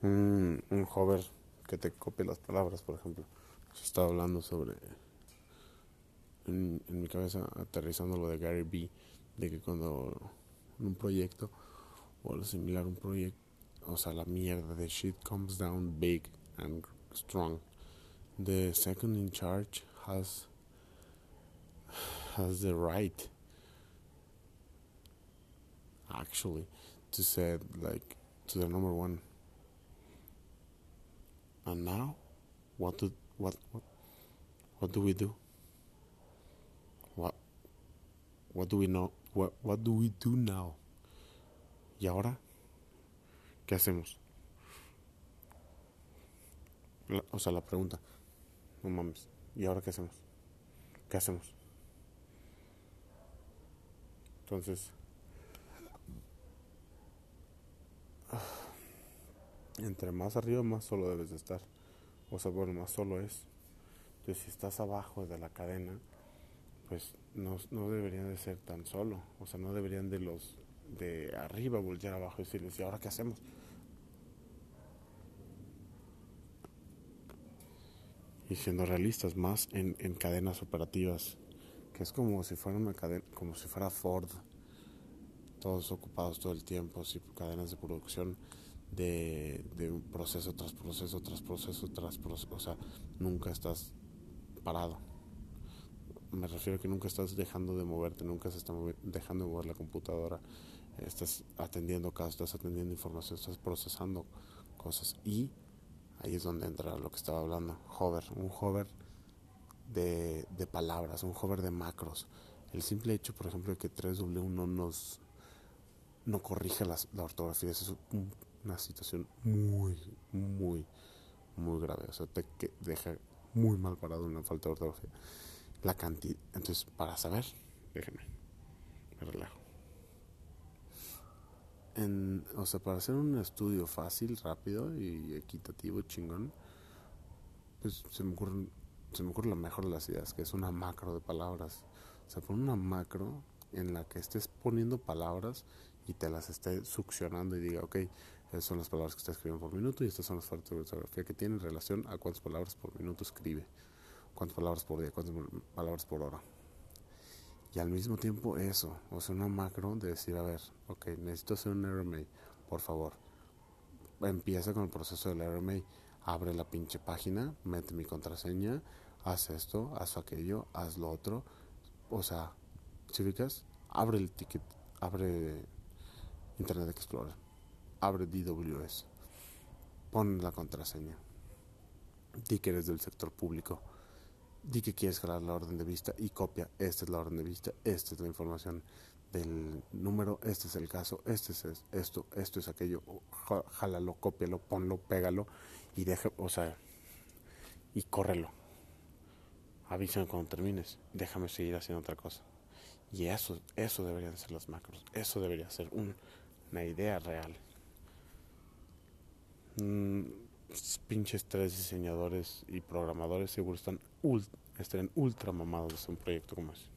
un hover que te copie las palabras, por ejemplo. Yo estaba hablando sobre, en mi cabeza, aterrizando lo de Gary Vee, de que cuando en un proyecto o lo similar, un proyecto, o sea, la mierda de shit comes down big and strong, the second in charge has the right, actually, to say, like, to the number one, and now what do what do we do? What what do we know? What do we do now? ¿Y ahora qué hacemos? O sea, la pregunta, no mames, ¿y ahora qué hacemos? ¿Qué hacemos? Entonces, entre más arriba, más solo debes de estar. O sea, bueno, más solo es. Entonces, si estás abajo de la cadena, pues no deberían de ser tan solo. O sea, no deberían de los de arriba voltear abajo y decirles, ¿y ahora qué hacemos? Y siendo realistas, más en cadenas operativas, que es como si fuera una cadena, como si fuera Ford, todos ocupados todo el tiempo, sí, cadenas de producción de un proceso tras proceso, tras proceso, tras proceso, o sea, nunca estás parado. Me refiero a que nunca estás dejando de moverte, nunca se está dejando de mover la computadora, estás atendiendo casos, estás atendiendo información, estás procesando cosas. Y ahí es donde entra lo que estaba hablando, un hover de palabras, un hover de macros. El simple hecho, por ejemplo, de que 3W no corrige la ortografía, eso es una situación muy grave. O sea, que deja muy mal parado una falta de ortografía. La cantidad. Entonces, para saber, déjenme, me relajo. O sea, para hacer un estudio fácil, rápido y equitativo, chingón, pues se me ocurre la mejor de las ideas, que es una macro de palabras. O sea, pon una macro en la que estés poniendo palabras y te las esté succionando y diga, ok, esas son las palabras que está escribiendo por minuto y estas son las faltas de ortografía que tienen relación a cuántas palabras por minuto escribe, cuántas palabras por día, cuántas palabras por hora. Y al mismo tiempo eso, o sea, una macro de decir, a ver, ok, necesito hacer un RMA, por favor. Empieza con el proceso del RMA, abre la pinche página, mete mi contraseña, haz esto, haz aquello, haz lo otro. O sea, si ubicas, abre el ticket, abre Internet Explorer, abre DWS, pon la contraseña, di que eres del sector público, di que quieres jalar la orden de vista y copia, esta es la orden de vista, esta es la información del número, este es el caso, este es esto es aquello, jálalo, cópialo, ponlo, pégalo y deja, o sea, y córrelo. Avísame cuando termines, déjame seguir haciendo otra cosa. Y eso deberían ser las macros, eso debería ser una idea real. Mm, Pinches tres diseñadores y programadores seguro estarían ultra mamados de hacer un proyecto como ese.